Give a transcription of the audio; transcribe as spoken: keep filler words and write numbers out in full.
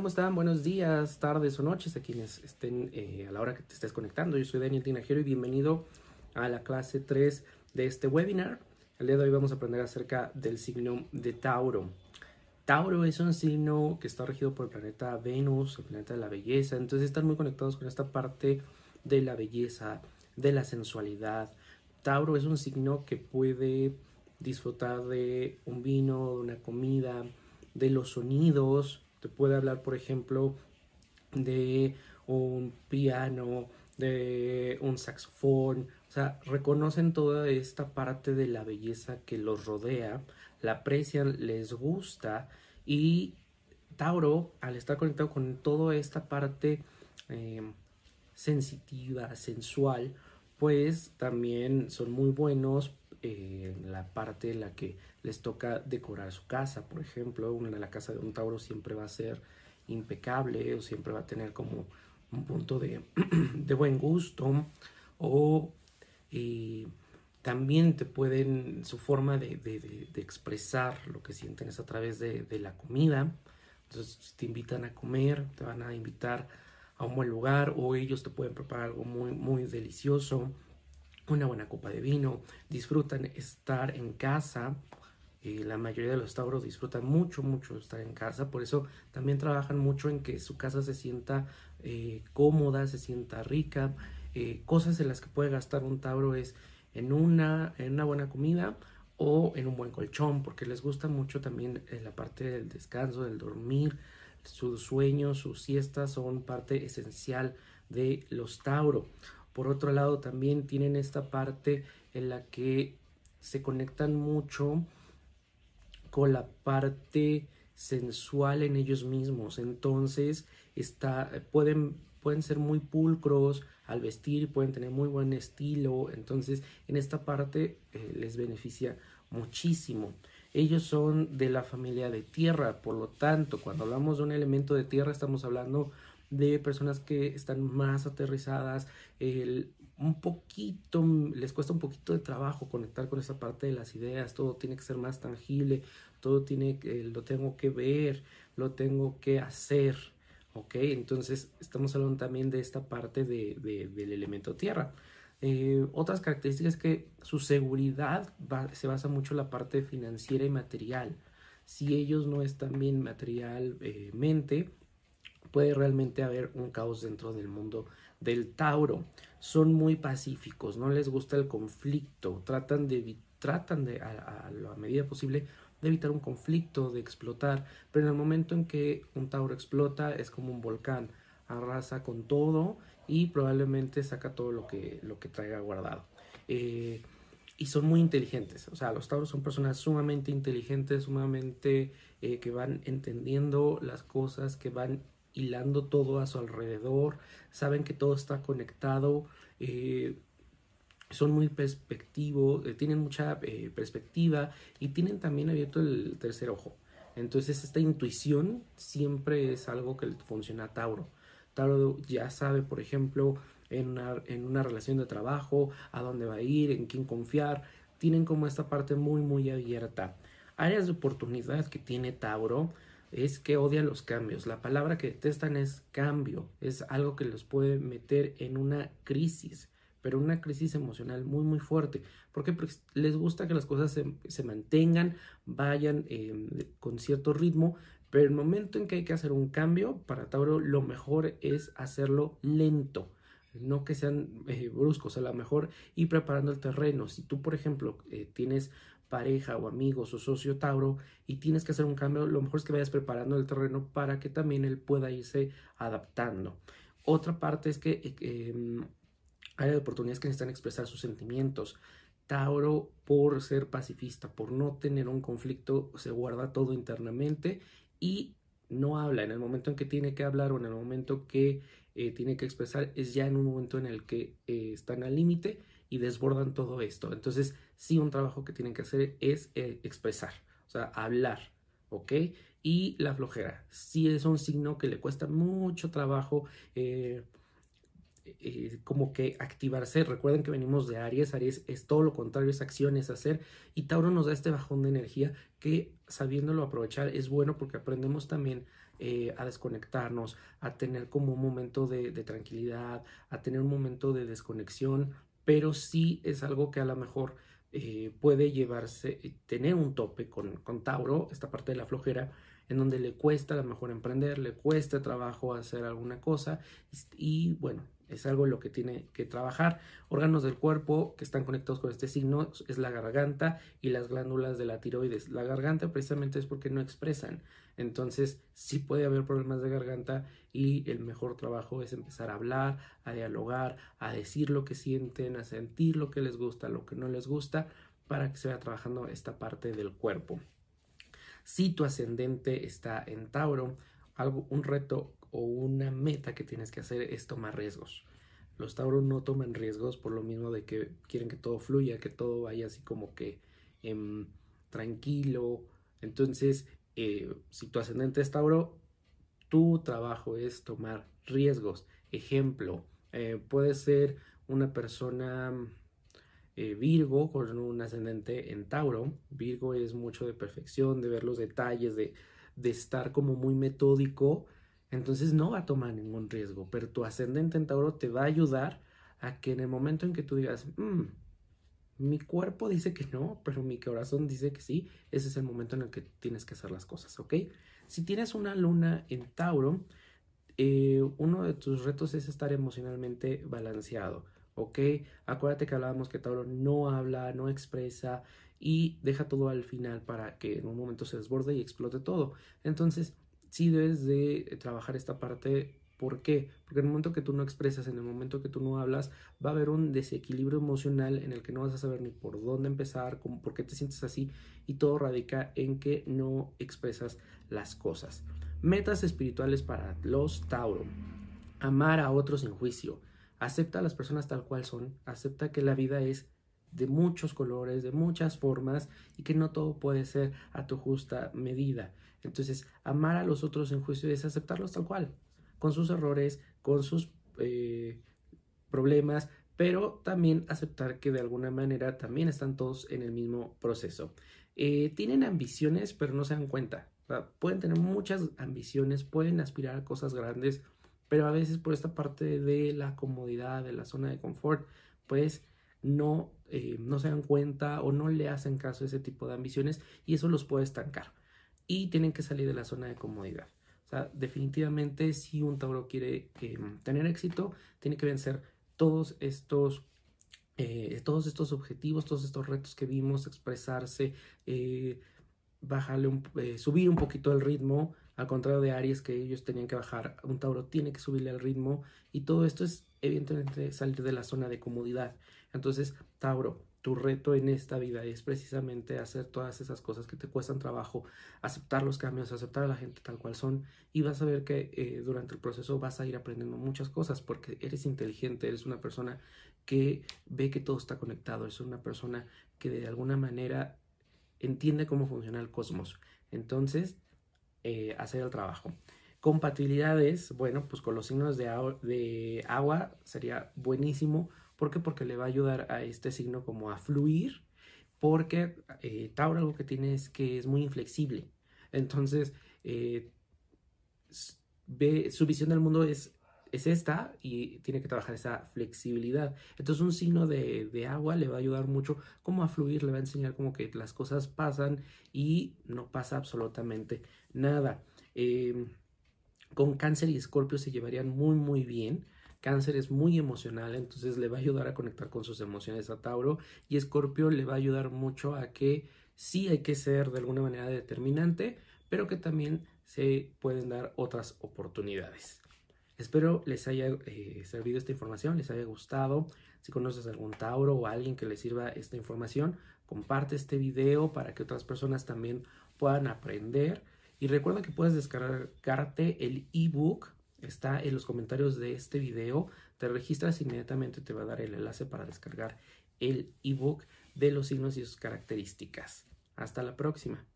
¿cómo están? Buenos días, tardes o noches a quienes estén eh, a la hora que te estés conectando. Yo soy Daniel Tinajero y bienvenido a la clase tres de este webinar. El día de hoy vamos a aprender acerca del signo de Tauro. Tauro es un signo que está regido por el planeta Venus, el planeta de la belleza, entonces están muy conectados con esta parte de la belleza, de la sensualidad. Tauro es un signo que puede disfrutar de un vino, de una comida, de los sonidos. Te puede hablar, por ejemplo, de un piano, de un saxofón. O sea, reconocen toda esta parte de la belleza que los rodea, la aprecian, les gusta. Y Tauro, al estar conectado con toda esta parte eh, sensitiva, sensual, pues también son muy buenos eh, en la parte en la que les toca decorar su casa. Por ejemplo, una, la casa de un Tauro siempre va a ser impecable o siempre va a tener como un punto de, de buen gusto. O eh, también te pueden, su forma de, de, de, de expresar lo que sienten es a través de, de la comida. Entonces, si te invitan a comer, te van a invitar a un buen lugar, o ellos te pueden preparar algo muy, muy delicioso, una buena copa de vino. Disfrutan estar en casa. Eh, la mayoría de los Tauros disfrutan mucho, mucho estar en casa. Por eso también trabajan mucho en que su casa se sienta eh, cómoda, se sienta rica. Eh, cosas en las que puede gastar un Tauro es en una, en una buena comida o en un buen colchón, porque les gusta mucho también eh, la parte del descanso, del dormir. Sus sueños, sus siestas son parte esencial de los Tauro. Por otro lado, también tienen esta parte en la que se conectan mucho con la parte sensual en ellos mismos. Entonces, está, pueden, pueden ser muy pulcros al vestir, pueden tener muy buen estilo. Entonces, en esta parte eh, les beneficia muchísimo. Ellos son de la familia de tierra, por lo tanto, cuando hablamos de un elemento de tierra, estamos hablando de personas que están más aterrizadas, el, un poquito, les cuesta un poquito de trabajo conectar con esa parte de las ideas. Todo tiene que ser más tangible, todo tiene que, lo tengo que ver, lo tengo que hacer, ¿ok? Entonces, estamos hablando también de esta parte de, de, del elemento tierra. Eh, otras características es que su seguridad va, se basa mucho en la parte financiera y material. Si ellos no están bien materialmente, puede realmente haber un caos dentro del mundo del Tauro. Son muy pacíficos, no les gusta el conflicto, tratan de, tratan de a, a la medida posible de evitar un conflicto, de explotar, pero en el momento en que un Tauro explota es como un volcán, arrasa con todo y probablemente saca todo lo que, lo que traiga guardado. Eh, y son muy inteligentes, o sea, los Tauros son personas sumamente inteligentes, sumamente eh, que van entendiendo las cosas, que van hilando todo a su alrededor, saben que todo está conectado, eh, son muy perspectivos, eh, tienen mucha eh, perspectiva y tienen también abierto el tercer ojo. Entonces esta intuición siempre es algo que funciona a Tauro. Tauro ya sabe, por ejemplo, en una, en una relación de trabajo, a dónde va a ir, en quién confiar. Tienen como esta parte muy, muy abierta. Áreas de oportunidad que tiene Tauro es que odia los cambios. La palabra que detestan es cambio. Es algo que los puede meter en una crisis, pero una crisis emocional muy, muy fuerte. ¿Por qué? Porque les gusta que las cosas se, se mantengan, vayan eh, con cierto ritmo, pero el momento en que hay que hacer un cambio, para Tauro lo mejor es hacerlo lento. No que sean eh, bruscos, a lo mejor ir preparando el terreno. Si tú, por ejemplo, eh, tienes pareja o amigos o socio Tauro y tienes que hacer un cambio, lo mejor es que vayas preparando el terreno para que también él pueda irse adaptando. Otra parte es que eh, eh, hay oportunidades que necesitan expresar sus sentimientos. Tauro, por ser pacifista, por no tener un conflicto, se guarda todo internamente y no habla. En el momento en que tiene que hablar o en el momento que eh, tiene que expresar, es ya en un momento en el que eh, están al límite y desbordan todo esto. Entonces, sí, un trabajo que tienen que hacer es eh, expresar, o sea, hablar, ¿ok? Y la flojera, sí es un signo que le cuesta mucho trabajo eh, eh, como que activarse. Recuerden que venimos de Aries. Aries es todo lo contrario, es acción, es hacer, y Tauro nos da este bajón de energía que, sabiéndolo aprovechar, es bueno porque aprendemos también eh, a desconectarnos, a tener como un momento de, de tranquilidad, a tener un momento de desconexión, pero sí es algo que a lo mejor eh, puede llevarse, tener un tope con, con Tauro, esta parte de la flojera, en donde le cuesta a lo mejor emprender, le cuesta trabajo hacer alguna cosa y, y bueno, es algo en lo que tiene que trabajar. Órganos del cuerpo que están conectados con este signo es la garganta y las glándulas de la tiroides. La garganta precisamente es porque no expresan, entonces sí puede haber problemas de garganta y el mejor trabajo es empezar a hablar, a dialogar, a decir lo que sienten, a sentir lo que les gusta, lo que no les gusta, para que se vaya trabajando esta parte del cuerpo. Si tu ascendente está en Tauro, algo, un reto o una meta que tienes que hacer es tomar riesgos. Los Tauros no toman riesgos por lo mismo de que quieren que todo fluya, que todo vaya así como que eh, tranquilo. Entonces, eh, si tu ascendente es Tauro, tu trabajo es tomar riesgos. Ejemplo, eh, puede ser una persona eh, Virgo con un ascendente en Tauro. Virgo es mucho de perfección, de ver los detalles, de, de estar como muy metódico. Entonces no va a tomar ningún riesgo, pero tu ascendente en Tauro te va a ayudar a que en el momento en que tú digas, mmm, mi cuerpo dice que no, pero mi corazón dice que sí, ese es el momento en el que tienes que hacer las cosas, ¿ok? Si tienes una luna en Tauro, eh, uno de tus retos es estar emocionalmente balanceado, ¿ok? Acuérdate que hablábamos que Tauro no habla, no expresa y deja todo al final para que en un momento se desborde y explote todo. Entonces, sí debes de trabajar esta parte. ¿Por qué? Porque en el momento que tú no expresas, en el momento que tú no hablas, va a haber un desequilibrio emocional en el que no vas a saber ni por dónde empezar, cómo, por qué te sientes así, y todo radica en que no expresas las cosas. Metas espirituales para los Tauro. Amar a otros sin juicio. Acepta a las personas tal cual son. Acepta que la vida es de muchos colores, de muchas formas y que no todo puede ser a tu justa medida. Entonces, amar a los otros sin juicio es aceptarlos tal cual, con sus errores, con sus eh, problemas, pero también aceptar que de alguna manera también están todos en el mismo proceso. Eh, tienen ambiciones, pero no se dan cuenta. O sea, pueden tener muchas ambiciones, pueden aspirar a cosas grandes, pero a veces por esta parte de la comodidad, de la zona de confort, pues no, eh, no se dan cuenta o no le hacen caso a ese tipo de ambiciones y eso los puede estancar. Y tienen que salir de la zona de comodidad. O sea, definitivamente si un Tauro quiere eh, tener éxito, tiene que vencer todos estos, eh, todos estos objetivos, todos estos retos que vimos, expresarse, eh, bajarle un, eh, subir un poquito el ritmo, al contrario de Aries que ellos tenían que bajar, un Tauro tiene que subirle el ritmo y todo esto es evidentemente salir de la zona de comodidad. Entonces, Tauro, tu reto en esta vida es precisamente hacer todas esas cosas que te cuestan trabajo, aceptar los cambios, aceptar a la gente tal cual son y vas a ver que eh, durante el proceso vas a ir aprendiendo muchas cosas porque eres inteligente, eres una persona que ve que todo está conectado, es una persona que de alguna manera entiende cómo funciona el cosmos. Entonces, eh, hacer el trabajo. Compatibilidades, bueno, pues con los signos de, agua, de agua sería buenísimo. ¿Por qué? Porque le va a ayudar a este signo como a fluir, porque eh, Tauro algo que tiene es que es muy inflexible. Entonces, eh, ve, su visión del mundo es, es esta y tiene que trabajar esa flexibilidad. Entonces, un signo de, de agua le va a ayudar mucho como a fluir, le va a enseñar como que las cosas pasan y no pasa absolutamente nada. Eh, con Cáncer y Escorpio se llevarían muy, muy bien. Cáncer es muy emocional, entonces le va a ayudar a conectar con sus emociones a Tauro y Escorpio le va a ayudar mucho a que sí hay que ser de alguna manera determinante, pero que también se pueden dar otras oportunidades. Espero les haya eh, servido esta información, les haya gustado. Si conoces algún Tauro o a alguien que les sirva esta información, comparte este video para que otras personas también puedan aprender. Y recuerda que puedes descargarte el ebook, está en los comentarios de este video. Te registras e inmediatamente te va a dar el enlace para descargar el ebook de los signos y sus características. Hasta la próxima.